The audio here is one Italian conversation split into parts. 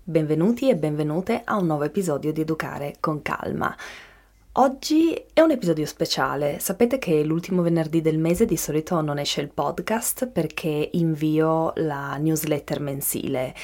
Benvenuti e benvenute a un nuovo episodio di Educare con Calma. Oggi è un episodio speciale. Sapete che l'ultimo venerdì del mese di solito non esce il podcast perché invio la newsletter mensile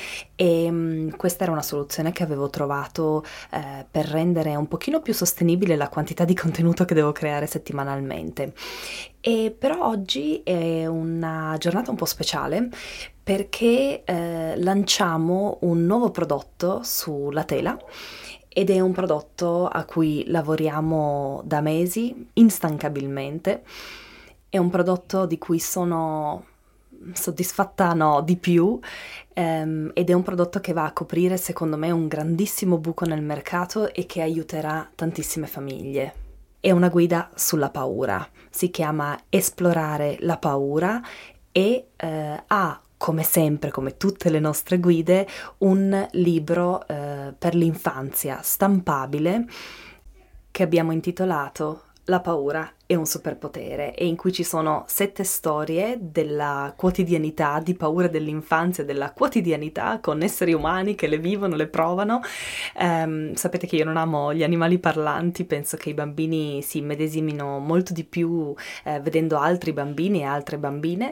e questa era una soluzione che avevo trovato per rendere un pochino più sostenibile la quantità di contenuto che devo creare settimanalmente. E però oggi è una giornata un po' speciale perché lanciamo un nuovo prodotto sulla tela ed è un prodotto a cui lavoriamo da mesi, instancabilmente. È un prodotto di cui sono soddisfatta, no, di più, ed è un prodotto che va a coprire, secondo me, un grandissimo buco nel mercato e che aiuterà tantissime famiglie. È una guida sulla paura, si chiama Esplorare la paura e ha, come sempre, come tutte le nostre guide, un libro per l'infanzia stampabile che abbiamo intitolato La paura è un superpotere e in cui ci sono 7 storie della quotidianità, di paure dell'infanzia, della quotidianità con esseri umani che le vivono, le provano. Sapete che io non amo gli animali parlanti, penso che i bambini si immedesimino molto di più vedendo altri bambini e altre bambine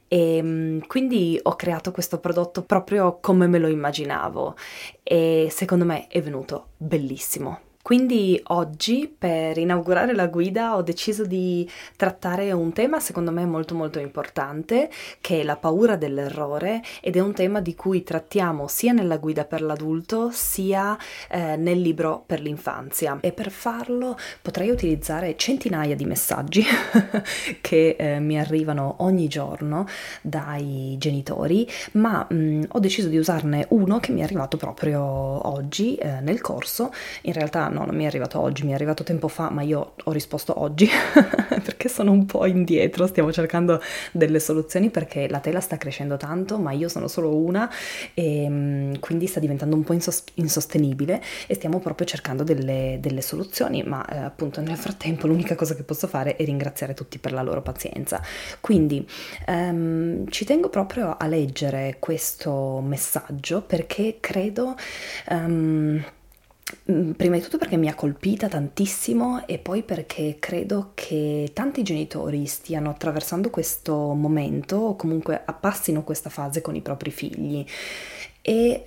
e quindi ho creato questo prodotto proprio come me lo immaginavo e secondo me è venuto bellissimo. Quindi oggi, per inaugurare la guida, ho deciso di trattare un tema secondo me molto molto importante, che è la paura dell'errore, ed è un tema di cui trattiamo sia nella guida per l'adulto sia nel libro per l'infanzia. E per farlo potrei utilizzare centinaia di messaggi che mi arrivano ogni giorno dai genitori, ma ho deciso di usarne uno che mi è arrivato proprio oggi nel corso. In realtà no, non mi è arrivato oggi, mi è arrivato tempo fa, ma io ho risposto oggi perché sono un po' indietro, stiamo cercando delle soluzioni perché la tela sta crescendo tanto, ma io sono solo una e quindi sta diventando un po' insostenibile e stiamo proprio cercando delle soluzioni, ma appunto nel frattempo l'unica cosa che posso fare è ringraziare tutti per la loro pazienza. Quindi ci tengo proprio a leggere questo messaggio perché credo prima di tutto perché mi ha colpita tantissimo e poi perché credo che tanti genitori stiano attraversando questo momento o comunque passino questa fase con i propri figli e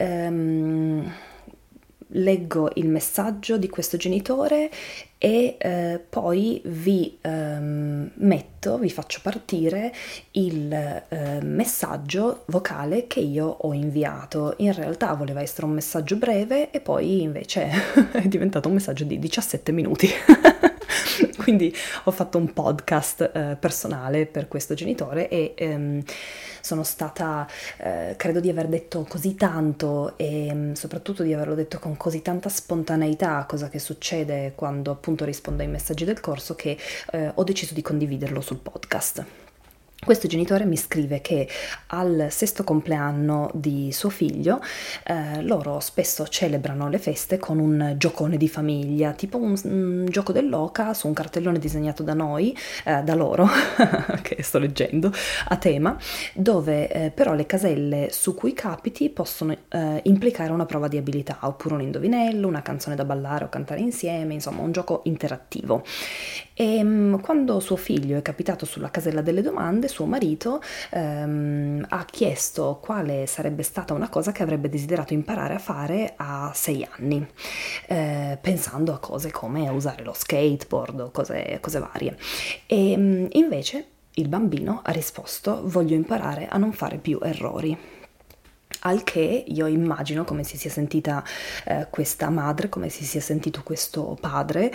leggo il messaggio di questo genitore e poi vi faccio partire il messaggio vocale che io ho inviato. In realtà voleva essere un messaggio breve e poi invece è diventato un messaggio di 17 minuti. Quindi ho fatto un podcast personale per questo genitore e sono stata, credo di aver detto così tanto e soprattutto di averlo detto con così tanta spontaneità, cosa che succede quando appunto rispondo ai messaggi del corso, che ho deciso di condividerlo sul podcast. Questo genitore mi scrive che al 6° compleanno di suo figlio loro spesso celebrano le feste con un giocone di famiglia, tipo un gioco dell'oca su un cartellone disegnato da noi, da loro, che sto leggendo, a tema, dove però le caselle su cui capiti possono implicare una prova di abilità, oppure un indovinello, una canzone da ballare o cantare insieme, insomma un gioco interattivo. E quando suo figlio è capitato sulla casella delle domande, suo marito ha chiesto quale sarebbe stata una cosa che avrebbe desiderato imparare a fare a 6 anni, pensando a cose come usare lo skateboard o cose varie. E invece il bambino ha risposto: voglio imparare a non fare più errori. Al che io immagino come si sia sentita questa madre, come si sia sentito questo padre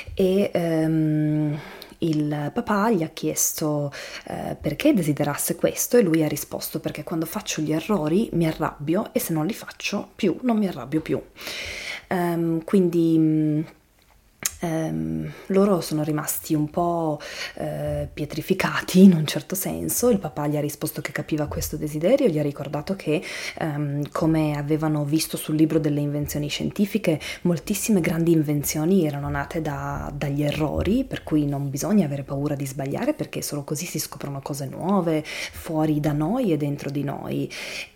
e il papà gli ha chiesto perché desiderasse questo e lui ha risposto: perché quando faccio gli errori mi arrabbio e se non li faccio più non mi arrabbio più. Quindi Loro sono rimasti un po' pietrificati in un certo senso. Il papà gli ha risposto che capiva questo desiderio, gli ha ricordato che come avevano visto sul libro delle invenzioni scientifiche, moltissime grandi invenzioni erano nate dagli errori, per cui non bisogna avere paura di sbagliare, perché solo così si scoprono cose nuove fuori da noi e dentro di noi.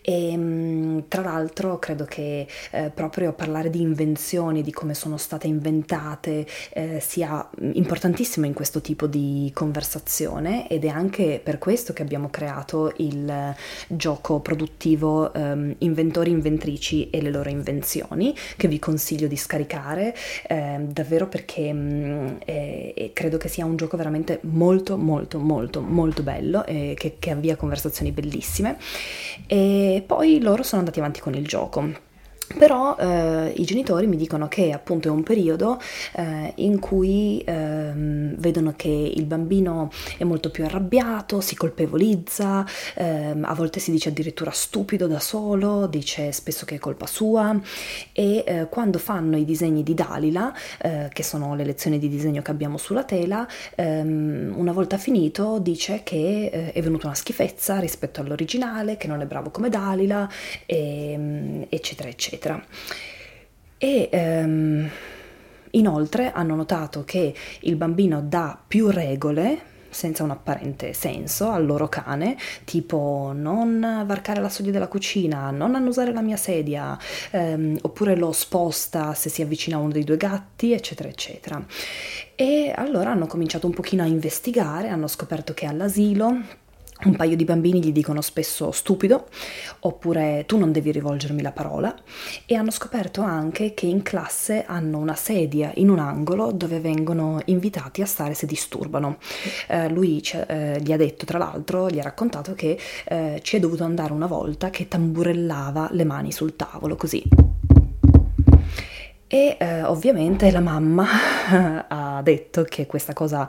E tra l'altro credo che proprio parlare di invenzioni, di come sono state inventate, sia importantissimo in questo tipo di conversazione, ed è anche per questo che abbiamo creato il gioco produttivo Inventori Inventrici e le loro invenzioni, che vi consiglio di scaricare davvero, perché credo che sia un gioco veramente molto molto molto molto bello, che avvia conversazioni bellissime. E poi loro sono andati avanti con il gioco. Però i genitori mi dicono che appunto è un periodo in cui vedono che il bambino è molto più arrabbiato, si colpevolizza, a volte si dice addirittura stupido da solo, dice spesso che è colpa sua, e quando fanno i disegni di Dalila, che sono le lezioni di disegno che abbiamo sulla tela, una volta finito dice che è venuta una schifezza rispetto all'originale, che non è bravo come Dalila, eccetera eccetera. E inoltre hanno notato che il bambino dà più regole senza un apparente senso al loro cane, tipo non varcare la soglia della cucina, non annusare la mia sedia, oppure lo sposta se si avvicina a uno dei due gatti, eccetera eccetera. E allora hanno cominciato un pochino a investigare, hanno scoperto che all'asilo un paio di bambini gli dicono spesso stupido, oppure tu non devi rivolgermi la parola, e hanno scoperto anche che in classe hanno una sedia in un angolo dove vengono invitati a stare se disturbano. Lui gli ha detto, tra l'altro, gli ha raccontato che ci è dovuto andare una volta che tamburellava le mani sul tavolo, così. E ovviamente la mamma ha detto che questa cosa,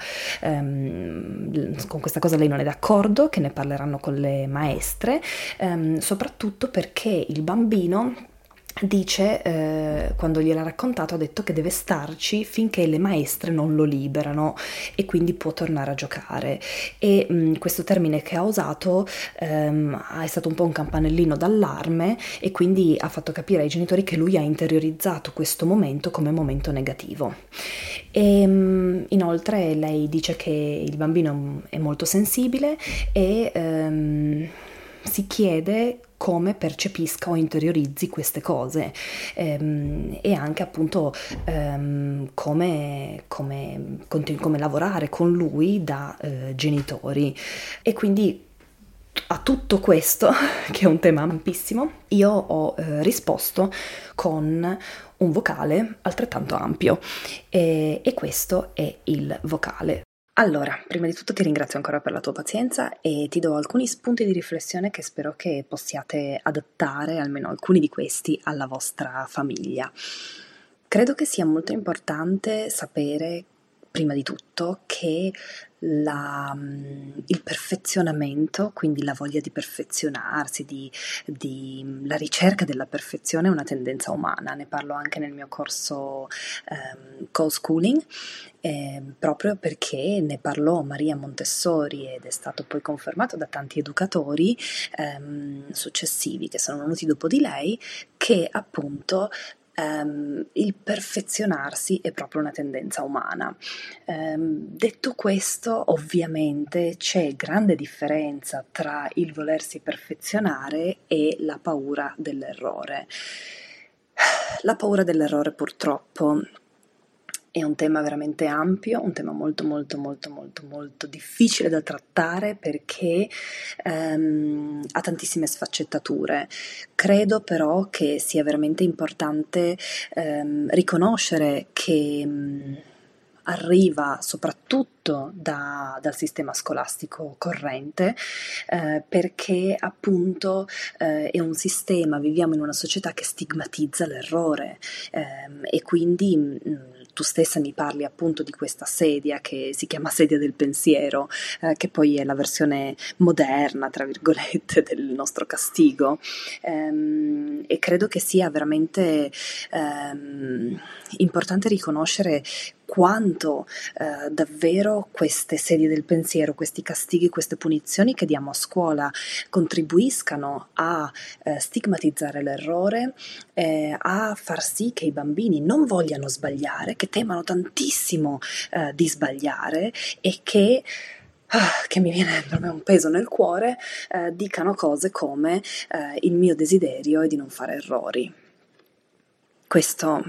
con questa cosa lei non è d'accordo, che ne parleranno con le maestre, soprattutto perché il bambino dice, quando gliel'ha raccontato, ha detto che deve starci finché le maestre non lo liberano e quindi può tornare a giocare. E questo termine che ha usato è stato un po' un campanellino d'allarme, e quindi ha fatto capire ai genitori che lui ha interiorizzato questo momento come momento negativo. E inoltre lei dice che il bambino è molto sensibile e si chiede come percepisca o interiorizzi queste cose, e anche appunto come lavorare con lui da genitori. E quindi a tutto questo, che è un tema ampissimo, io ho risposto con un vocale altrettanto ampio, e questo è il vocale. Allora, prima di tutto ti ringrazio ancora per la tua pazienza e ti do alcuni spunti di riflessione che spero che possiate adattare, almeno alcuni di questi, alla vostra famiglia. Credo che sia molto importante sapere, prima di tutto, che il perfezionamento, quindi la voglia di perfezionarsi, la ricerca della perfezione, è una tendenza umana. Ne parlo anche nel mio corso co-schooling, proprio perché ne parlò Maria Montessori ed è stato poi confermato da tanti educatori successivi che sono venuti dopo di lei, che appunto il perfezionarsi è proprio una tendenza umana. Detto questo, ovviamente c'è grande differenza tra il volersi perfezionare e la paura dell'errore. La paura dell'errore, purtroppo, è un tema veramente ampio, un tema molto molto molto molto molto difficile da trattare, perché ha tantissime sfaccettature. Credo però che sia veramente importante riconoscere che arriva soprattutto dal sistema scolastico corrente, perché appunto è un sistema, viviamo in una società che stigmatizza l'errore, e quindi tu stessa mi parli appunto di questa sedia che si chiama sedia del pensiero, che poi è la versione moderna, tra virgolette, del nostro castigo, e credo che sia veramente importante riconoscere quanto davvero queste sedie del pensiero, questi castighi, queste punizioni che diamo a scuola contribuiscano a stigmatizzare l'errore, a far sì che i bambini non vogliano sbagliare, che temano tantissimo di sbagliare e che mi viene proprio un peso nel cuore, dicano cose come il mio desiderio è di non fare errori. Questo,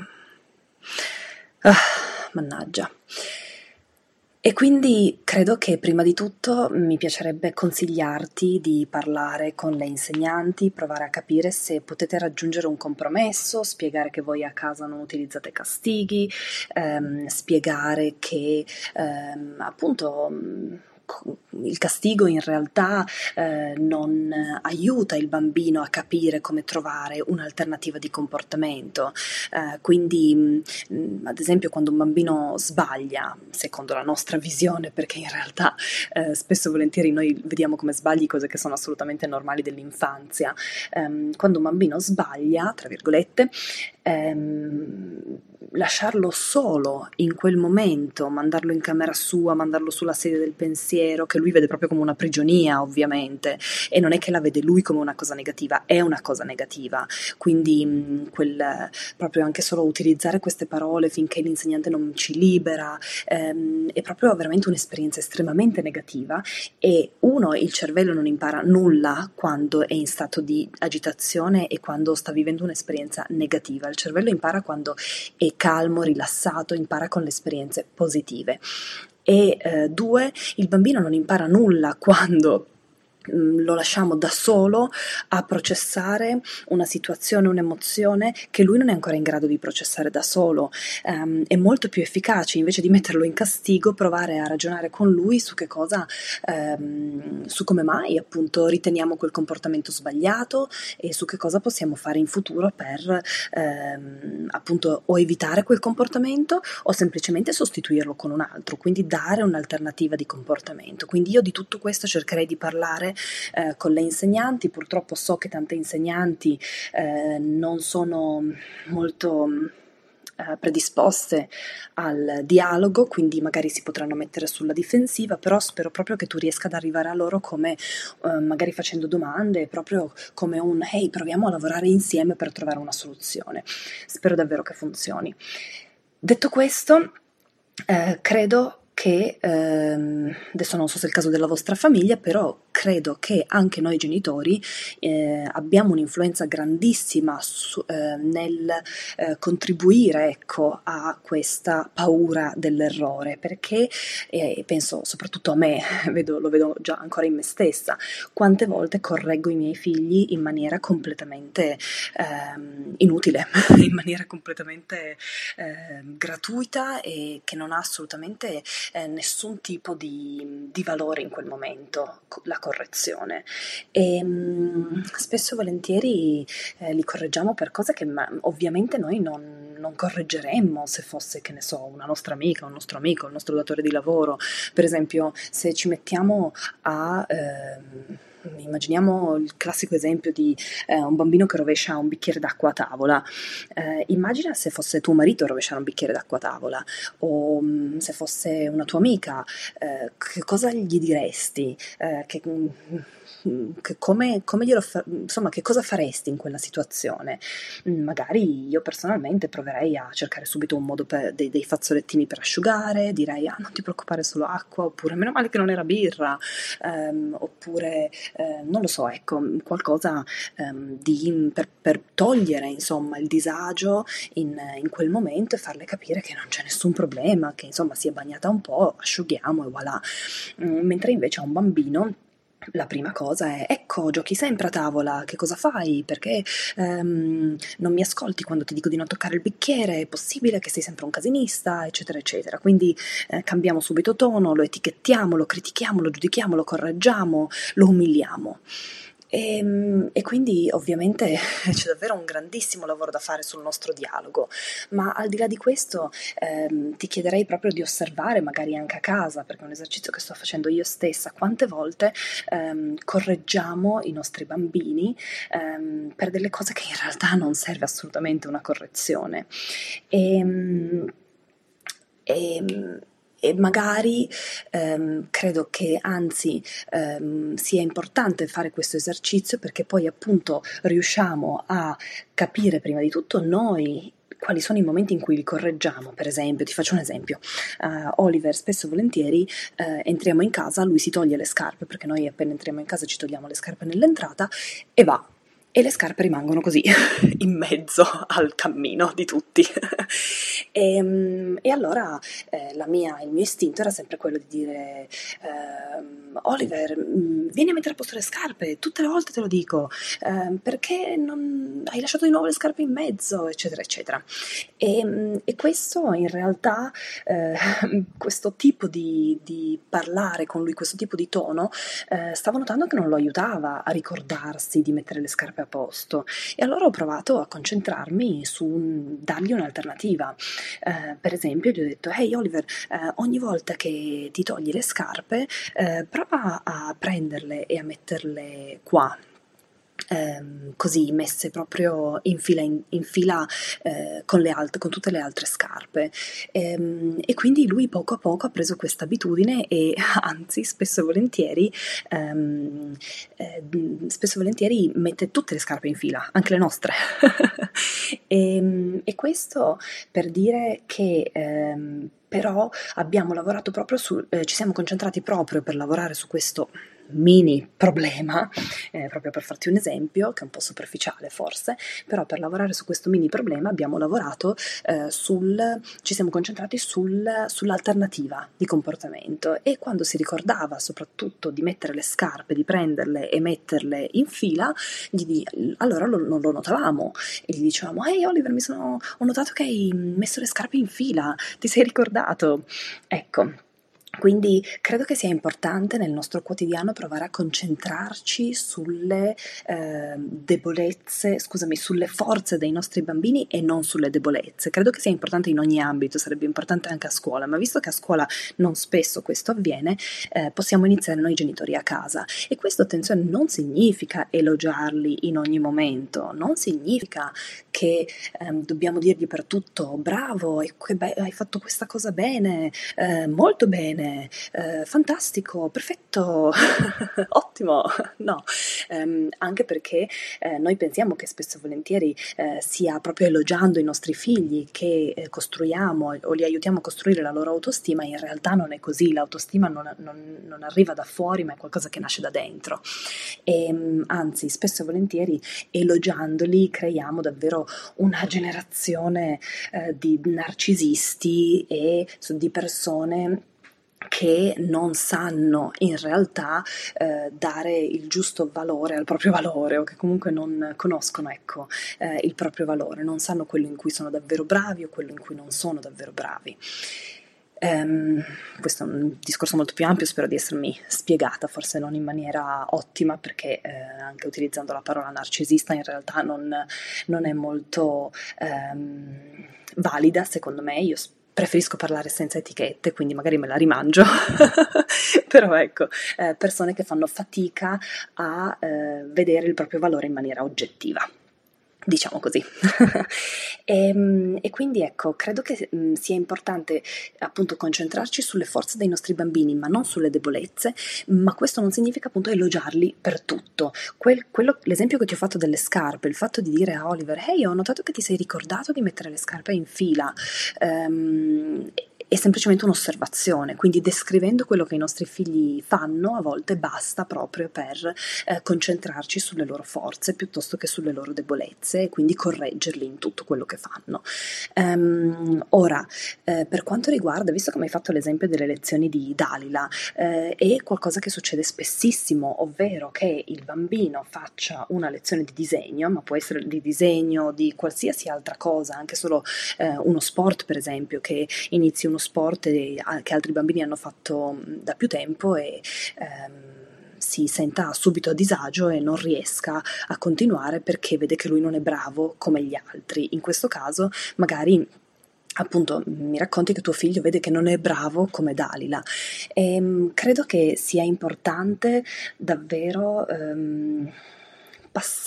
mannaggia. E quindi credo che prima di tutto mi piacerebbe consigliarti di parlare con le insegnanti, provare a capire se potete raggiungere un compromesso, spiegare che voi a casa non utilizzate castighi, spiegare che appunto il castigo in realtà non aiuta il bambino a capire come trovare un'alternativa di comportamento. Quindi ad esempio quando un bambino sbaglia, secondo la nostra visione, perché in realtà spesso e volentieri noi vediamo come sbagli cose che sono assolutamente normali dell'infanzia, quando un bambino sbaglia, tra virgolette, lasciarlo solo in quel momento, mandarlo in camera sua, mandarlo sulla sedia del pensiero, che lui vede proprio come una prigionia ovviamente, e non è che la vede lui come una cosa negativa, è una cosa negativa, quindi proprio anche solo utilizzare queste parole finché l'insegnante non ci libera, è proprio veramente un'esperienza estremamente negativa, e il cervello non impara nulla quando è in stato di agitazione e quando sta vivendo un'esperienza negativa, il cervello impara quando è calmo, rilassato, impara con le esperienze positive. E due, il bambino non impara nulla quando lo lasciamo da solo a processare una situazione, un'emozione che lui non è ancora in grado di processare da solo. È molto più efficace, invece di metterlo in castigo, provare a ragionare con lui su che cosa, su come mai appunto riteniamo quel comportamento sbagliato e su che cosa possiamo fare in futuro per appunto o evitare quel comportamento o semplicemente sostituirlo con un altro, quindi dare un'alternativa di comportamento. Quindi io di tutto questo cercherei di parlare con le insegnanti. Purtroppo so che tante insegnanti non sono molto predisposte al dialogo, quindi magari si potranno mettere sulla difensiva, però spero proprio che tu riesca ad arrivare a loro come magari facendo domande, proprio come un hey, proviamo a lavorare insieme per trovare una soluzione. Spero davvero che funzioni. Detto questo, credo che, adesso non so se è il caso della vostra famiglia, però credo che anche noi genitori abbiamo un'influenza grandissima nel contribuire, ecco, a questa paura dell'errore, perché penso soprattutto a me, lo vedo già ancora in me stessa, quante volte correggo i miei figli in maniera completamente inutile, in maniera completamente gratuita e che non ha assolutamente nessun tipo di valore in quel momento, la correzione. E spesso e volentieri li correggiamo per cose che ovviamente noi non correggeremmo se fosse, che ne so, una nostra amica, un nostro amico, il nostro datore di lavoro. Per esempio, se ci mettiamo a immaginiamo il classico esempio di un bambino che rovescia un bicchiere d'acqua a tavola. Immagina se fosse tuo marito a rovesciare un bicchiere d'acqua a tavola, o se fosse una tua amica, che cosa gli diresti? Come insomma, che cosa faresti in quella situazione? Magari io personalmente proverei a cercare subito un modo dei fazzolettini per asciugare, direi non ti preoccupare, solo acqua, oppure meno male che non era birra, oppure non lo so, ecco, qualcosa per togliere insomma il disagio in quel momento e farle capire che non c'è nessun problema, che insomma si è bagnata un po', asciughiamo e voilà. Mentre invece a un bambino la prima cosa è: ecco, giochi sempre a tavola, che cosa fai? Perché non mi ascolti quando ti dico di non toccare il bicchiere? È possibile che sei sempre un casinista, eccetera eccetera. Quindi cambiamo subito tono, lo etichettiamo, lo critichiamo, lo giudichiamo, lo correggiamo, lo umiliamo. E quindi ovviamente c'è davvero un grandissimo lavoro da fare sul nostro dialogo, ma al di là di questo ti chiederei proprio di osservare, magari anche a casa, perché è un esercizio che sto facendo io stessa, quante volte correggiamo i nostri bambini per delle cose che in realtà non serve assolutamente una correzione. E, e magari credo che anzi sia importante fare questo esercizio, perché poi appunto riusciamo a capire prima di tutto noi quali sono i momenti in cui li correggiamo. Per esempio, ti faccio un esempio, Oliver spesso e volentieri entriamo in casa, lui si toglie le scarpe, perché noi appena entriamo in casa ci togliamo le scarpe nell'entrata e va. E le scarpe rimangono così, in mezzo al cammino di tutti. E allora il mio istinto era sempre quello di dire Oliver, vieni a mettere a posto le scarpe, tutte le volte te lo dico, perché non hai lasciato di nuovo le scarpe in mezzo, eccetera, eccetera. E questo in realtà, questo tipo di parlare con lui, questo tipo di tono, stavo notando che non lo aiutava a ricordarsi di mettere le scarpe a posto, e allora ho provato a concentrarmi su dargli un'alternativa. Per esempio gli ho detto: hey Oliver, ogni volta che ti togli le scarpe, prova a prenderle e a metterle qua, così messe proprio in fila con tutte le altre scarpe. E quindi lui poco a poco ha preso questa abitudine, e anzi spesso e volentieri mette tutte le scarpe in fila, anche le nostre. E questo per dire che però abbiamo lavorato proprio ci siamo concentrati proprio per lavorare su questo mini problema, proprio per farti un esempio, che è un po' superficiale forse, però per lavorare su questo mini problema abbiamo lavorato ci siamo concentrati sull'alternativa di comportamento, e quando si ricordava soprattutto di mettere le scarpe, di prenderle e metterle in fila, allora non lo notavamo e gli dicevamo: ehi Oliver, ho notato che hai messo le scarpe in fila, ti sei ricordato? Ecco. Quindi credo che sia importante nel nostro quotidiano provare a concentrarci sulle sulle forze dei nostri bambini e non sulle debolezze. Credo che sia importante in ogni ambito, sarebbe importante anche a scuola, ma visto che a scuola non spesso questo avviene, possiamo iniziare noi genitori a casa. E questo, attenzione, non significa elogiarli in ogni momento, non significa che dobbiamo dirgli per tutto: bravo, hai fatto questa cosa bene, molto bene, fantastico, perfetto, ottimo. No, anche perché noi pensiamo che spesso e volentieri sia proprio elogiando i nostri figli che costruiamo o li aiutiamo a costruire la loro autostima. In realtà non è così, l'autostima non arriva da fuori, ma è qualcosa che nasce da dentro. E anzi, spesso e volentieri elogiandoli creiamo davvero una generazione di narcisisti e di persone che non sanno in realtà dare il giusto valore al proprio valore, o che comunque non conoscono, ecco, il proprio valore, non sanno quello in cui sono davvero bravi o quello in cui non sono davvero bravi. Questo è un discorso molto più ampio, spero di essermi spiegata, forse non in maniera ottima, perché anche utilizzando la parola narcisista in realtà non è molto valida, secondo me. Io preferisco parlare senza etichette, quindi magari me la rimangio, però ecco, persone che fanno fatica a vedere il proprio valore in maniera oggettiva, diciamo così. E quindi ecco, credo che sia importante appunto concentrarci sulle forze dei nostri bambini, ma non sulle debolezze, ma questo non significa appunto elogiarli per tutto. L'esempio che ti ho fatto delle scarpe, il fatto di dire a Oliver: hey, ho notato che ti sei ricordato di mettere le scarpe in fila, è semplicemente un'osservazione, quindi descrivendo quello che i nostri figli fanno a volte basta proprio per concentrarci sulle loro forze piuttosto che sulle loro debolezze, e quindi correggerli in tutto quello che fanno. Ora, per quanto riguarda, visto che mi hai fatto l'esempio delle lezioni di Dalila, è qualcosa che succede spessissimo, ovvero che il bambino faccia una lezione di disegno, ma può essere di disegno, di qualsiasi altra cosa, anche solo uno sport, per esempio, che inizi uno sport che altri bambini hanno fatto da più tempo e si senta subito a disagio e non riesca a continuare perché vede che lui non è bravo come gli altri. In questo caso magari appunto mi racconti che tuo figlio vede che non è bravo come Dalila, e credo che sia importante davvero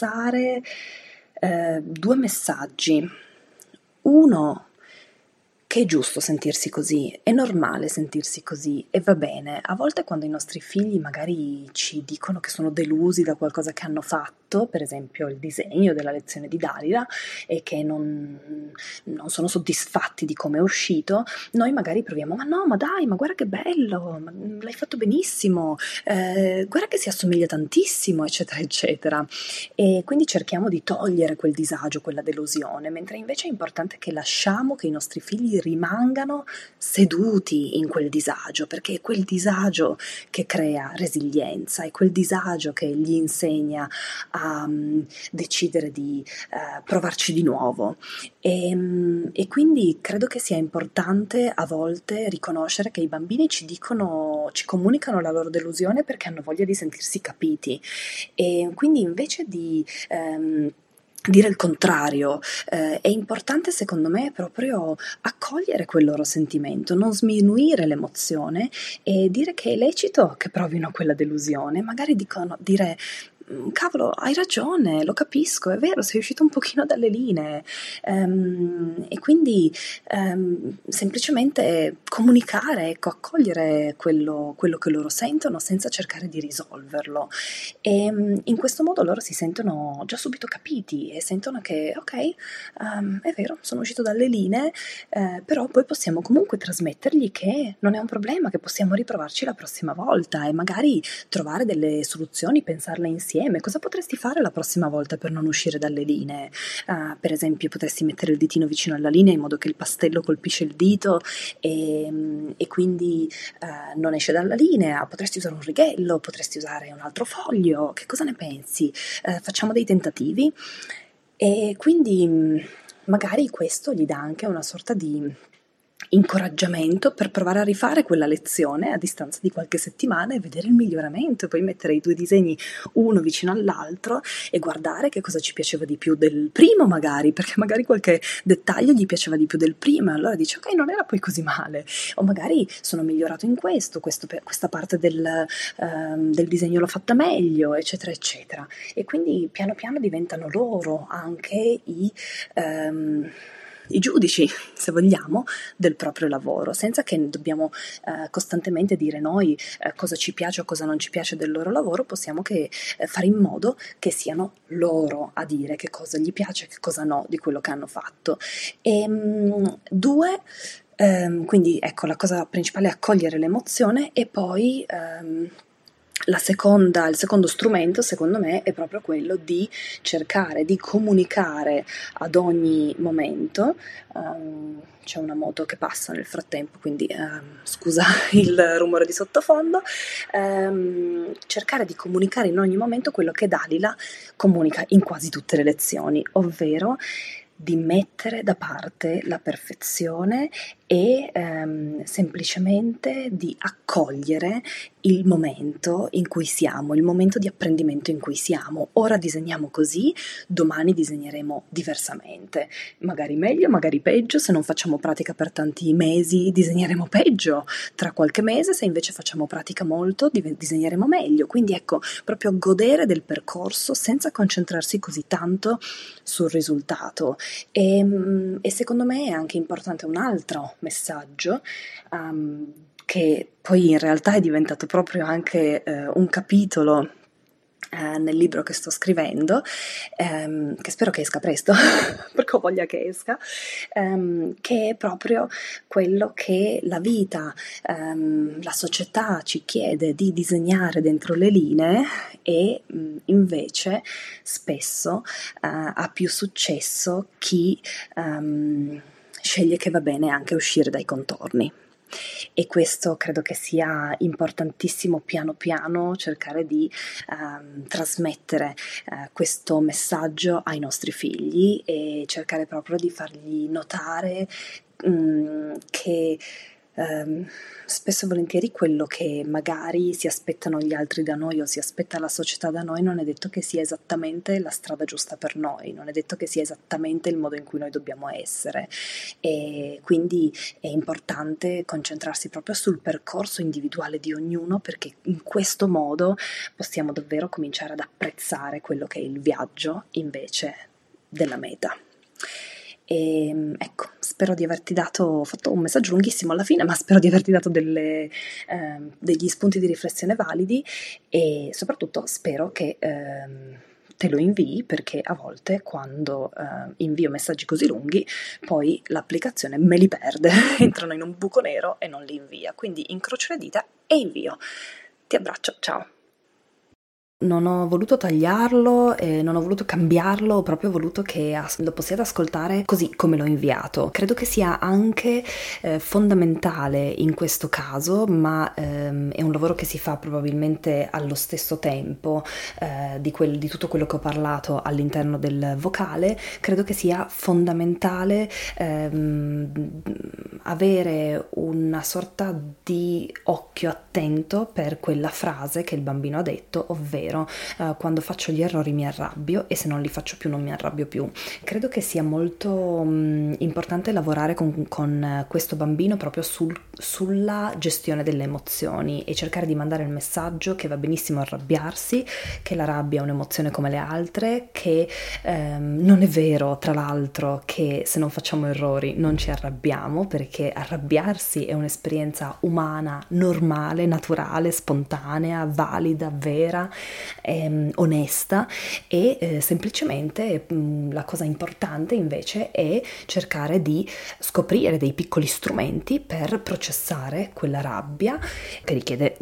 passare due messaggi. Uno, che è giusto sentirsi così, è normale sentirsi così e va bene. A volte quando i nostri figli magari ci dicono che sono delusi da qualcosa che hanno fatto, per esempio il disegno della lezione di Dalila, e che non sono soddisfatti di come è uscito, noi magari proviamo, ma no, ma dai, ma guarda che bello, l'hai fatto benissimo, guarda che si assomiglia tantissimo, eccetera, eccetera. E quindi cerchiamo di togliere quel disagio, quella delusione, mentre invece è importante che lasciamo che i nostri figli rimangano seduti in quel disagio, perché è quel disagio che crea resilienza, è quel disagio che gli insegna a decidere di provarci di nuovo. E quindi credo che sia importante a volte riconoscere che i bambini ci comunicano la loro delusione perché hanno voglia di sentirsi capiti, e quindi invece di dire il contrario, è importante secondo me proprio accogliere quel loro sentimento, non sminuire l'emozione e dire che è lecito che provino quella delusione, magari dire cavolo, hai ragione, lo capisco, è vero, sei uscito un pochino dalle linee, e quindi semplicemente comunicare, ecco, accogliere quello che loro sentono senza cercare di risolverlo, e in questo modo loro si sentono già subito capiti e sentono che ok, è vero, sono uscito dalle linee, però poi possiamo comunque trasmettergli che non è un problema, che possiamo riprovarci la prossima volta e magari trovare delle soluzioni, pensarle insieme. Cosa potresti fare la prossima volta per non uscire dalle linee? Per esempio, potresti mettere il ditino vicino alla linea in modo che il pastello colpisce il dito e quindi non esce dalla linea. Potresti usare un righello, potresti usare un altro foglio. Che cosa ne pensi? Facciamo dei tentativi e quindi magari questo gli dà anche una sorta di incoraggiamento per provare a rifare quella lezione a distanza di qualche settimana e vedere il miglioramento, e poi mettere i due disegni uno vicino all'altro e guardare che cosa ci piaceva di più del primo, magari perché magari qualche dettaglio gli piaceva di più del primo e allora dice ok, non era poi così male, o magari sono migliorato in questa parte del disegno l'ho fatta meglio, eccetera eccetera, e quindi piano piano diventano loro anche i giudici, se vogliamo, del proprio lavoro, senza che dobbiamo costantemente dire noi cosa ci piace o cosa non ci piace del loro lavoro. Possiamo fare in modo che siano loro a dire che cosa gli piace e che cosa no di quello che hanno fatto. E due, quindi ecco, la cosa principale è accogliere l'emozione, e poi il secondo strumento, secondo me, è proprio quello di cercare di comunicare ad ogni momento. C'è una moto che passa nel frattempo, quindi scusa il rumore di sottofondo. Cercare di comunicare in ogni momento quello che Dalila comunica in quasi tutte le lezioni, ovvero di mettere da parte la perfezione e semplicemente di accogliere il momento in cui siamo, il momento di apprendimento in cui siamo. Ora disegniamo così, domani disegneremo diversamente, magari meglio, magari peggio. Se non facciamo pratica per tanti mesi disegneremo peggio, tra qualche mese se invece facciamo pratica molto disegneremo meglio. Quindi ecco, proprio godere del percorso senza concentrarsi così tanto sul risultato. E secondo me è anche importante un altro messaggio, che poi in realtà è diventato proprio anche un capitolo nel libro che sto scrivendo, che spero che esca presto, perché ho voglia che esca, che è proprio quello che la vita, la società ci chiede di disegnare dentro le linee, e invece spesso ha più successo chi sceglie che va bene anche uscire dai contorni. E questo credo che sia importantissimo, piano piano cercare di trasmettere questo messaggio ai nostri figli e cercare proprio di fargli notare che spesso e volentieri quello che magari si aspettano gli altri da noi o si aspetta la società da noi non è detto che sia esattamente la strada giusta per noi, non è detto che sia esattamente il modo in cui noi dobbiamo essere, e quindi è importante concentrarsi proprio sul percorso individuale di ognuno, perché in questo modo possiamo davvero cominciare ad apprezzare quello che è il viaggio invece della meta. E ecco, spero spero di averti ho fatto un messaggio lunghissimo alla fine, ma spero di averti dato degli spunti di riflessione validi e soprattutto spero che te lo invii, perché a volte quando invio messaggi così lunghi poi l'applicazione me li perde, entrano in un buco nero e non li invia, quindi incrocio le dita e invio. Ti abbraccio, ciao! Non ho voluto tagliarlo e non ho voluto cambiarlo, ho proprio voluto che lo possiate ascoltare così come l'ho inviato. Credo che sia anche fondamentale in questo caso, ma è un lavoro che si fa probabilmente allo stesso tempo di tutto quello che ho parlato all'interno del vocale. Credo che sia fondamentale avere una sorta di occhio attento per quella frase che il bambino ha detto, ovvero quando faccio gli errori mi arrabbio e se non li faccio più non mi arrabbio più. Credo che sia molto importante lavorare con questo bambino proprio sulla gestione delle emozioni e cercare di mandare il messaggio che va benissimo arrabbiarsi, che la rabbia è un'emozione come le altre, che non è vero tra l'altro che se non facciamo errori non ci arrabbiamo, perché arrabbiarsi è un'esperienza umana, normale, naturale, spontanea, valida, vera, onesta e semplicemente la cosa importante invece è cercare di scoprire dei piccoli strumenti per processare quella rabbia che richiede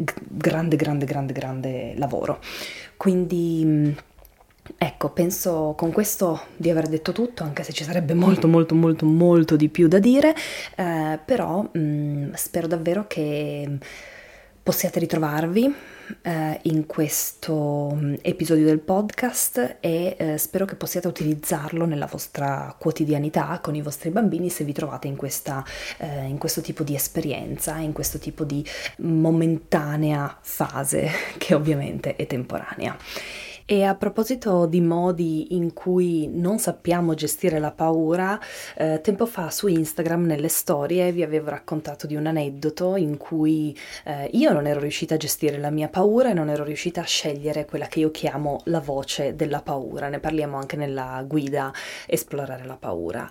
grande lavoro. Quindi ecco, penso con questo di aver detto tutto, anche se ci sarebbe molto di più da dire, però spero davvero che possiate ritrovarvi in questo episodio del podcast e spero che possiate utilizzarlo nella vostra quotidianità con i vostri bambini se vi trovate in questo tipo di esperienza, in questo tipo di momentanea fase che ovviamente è temporanea. E a proposito di modi in cui non sappiamo gestire la paura, tempo fa su Instagram nelle storie vi avevo raccontato di un aneddoto in cui io non ero riuscita a gestire la mia paura e non ero riuscita a scegliere quella che io chiamo la voce della paura. Ne parliamo anche nella guida Esplorare la paura.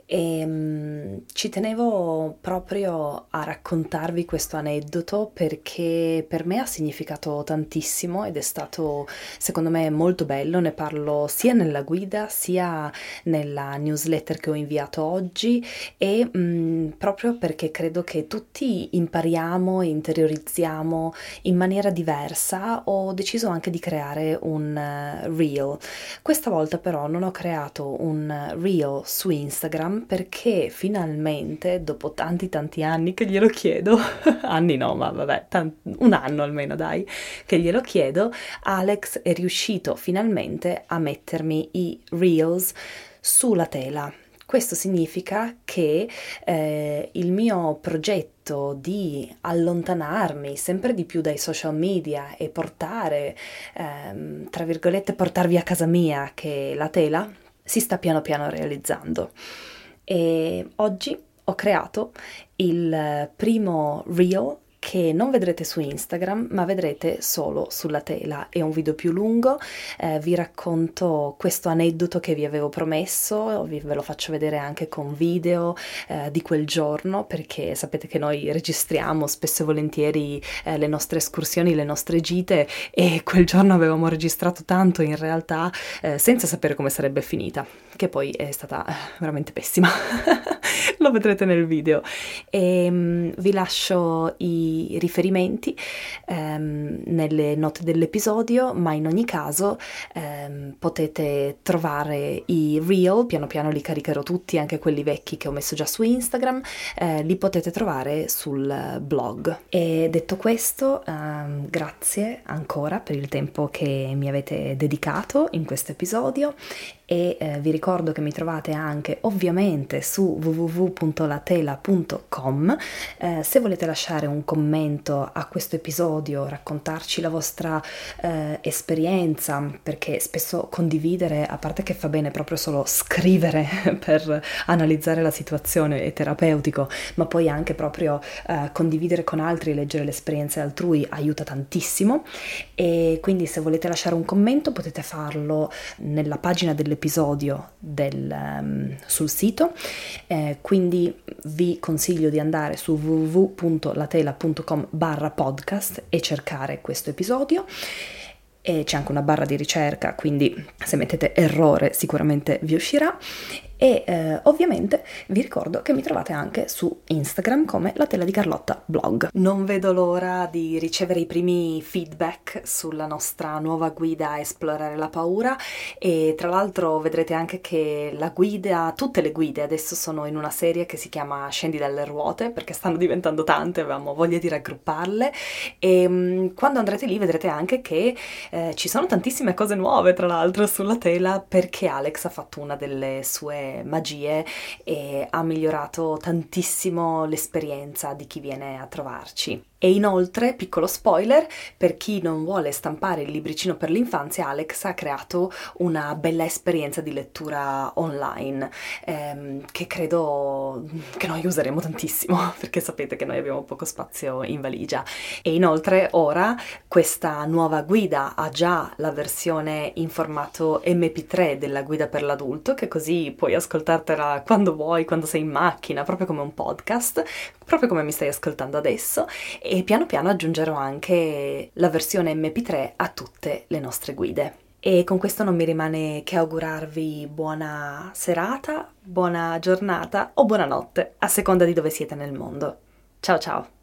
E ci tenevo proprio a raccontarvi questo aneddoto perché per me ha significato tantissimo ed è stato, secondo me, molto bello. Ne parlo sia nella guida sia nella newsletter che ho inviato oggi e proprio perché credo che tutti impariamo e interiorizziamo in maniera diversa. Ho deciso anche di creare un reel. Questa volta però non ho creato un reel su Instagram perché finalmente, dopo tanti anni che glielo chiedo, anni no, ma vabbè, un anno almeno dai, che glielo chiedo, Alex è riuscito finalmente a mettermi i reels sulla tela. Questo significa che il mio progetto di allontanarmi sempre di più dai social media e portare, tra virgolette, portarvi a casa mia, che è la tela, si sta piano piano realizzando. E oggi ho creato il primo reel che non vedrete su Instagram, ma vedrete solo sulla tela. È un video più lungo, vi racconto questo aneddoto che vi avevo promesso, ve lo faccio vedere anche con video di quel giorno, perché sapete che noi registriamo spesso e volentieri le nostre escursioni, le nostre gite, e quel giorno avevamo registrato tanto in realtà senza sapere come sarebbe finita, che poi è stata veramente pessima. Lo vedrete nel video. E vi lascio i riferimenti nelle note dell'episodio, ma in ogni caso potete trovare i reel, piano piano li caricherò tutti, anche quelli vecchi che ho messo già su Instagram, li potete trovare sul blog. E detto questo, grazie ancora per il tempo che mi avete dedicato in questo episodio e vi ricordo che mi trovate anche ovviamente su www.latela.com. Se volete lasciare un commento a questo episodio, raccontarci la vostra esperienza, perché spesso condividere, a parte che fa bene proprio solo scrivere per analizzare la situazione, è terapeutico, ma poi anche proprio condividere con altri, leggere le esperienze altrui aiuta tantissimo. E quindi se volete lasciare un commento potete farlo nella pagina dell'episodio l'episodio sul sito, quindi vi consiglio di andare su www.latela.com/podcast e cercare questo episodio. E c'è anche una barra di ricerca, quindi se mettete errore sicuramente vi uscirà. E ovviamente vi ricordo che mi trovate anche su Instagram come La Tela di Carlotta blog. Non vedo l'ora di ricevere i primi feedback sulla nostra nuova guida a esplorare la paura, e tra l'altro vedrete anche che tutte le guide adesso sono in una serie che si chiama Scendi dalle ruote, perché stanno diventando tante, avevamo voglia di raggrupparle, e quando andrete lì vedrete anche che ci sono tantissime cose nuove tra l'altro sulla tela, perché Alex ha fatto una delle sue magie e ha migliorato tantissimo l'esperienza di chi viene a trovarci. E inoltre, piccolo spoiler, per chi non vuole stampare il libricino per l'infanzia, Alex ha creato una bella esperienza di lettura online, che credo che noi useremo tantissimo, perché sapete che noi abbiamo poco spazio in valigia. E inoltre ora questa nuova guida ha già la versione in formato MP3 della guida per l'adulto, che così puoi ascoltartela quando vuoi, quando sei in macchina, proprio come un podcast, proprio come mi stai ascoltando adesso. E piano piano aggiungerò anche la versione MP3 a tutte le nostre guide. E con questo non mi rimane che augurarvi buona serata, buona giornata o buonanotte, a seconda di dove siete nel mondo. Ciao ciao!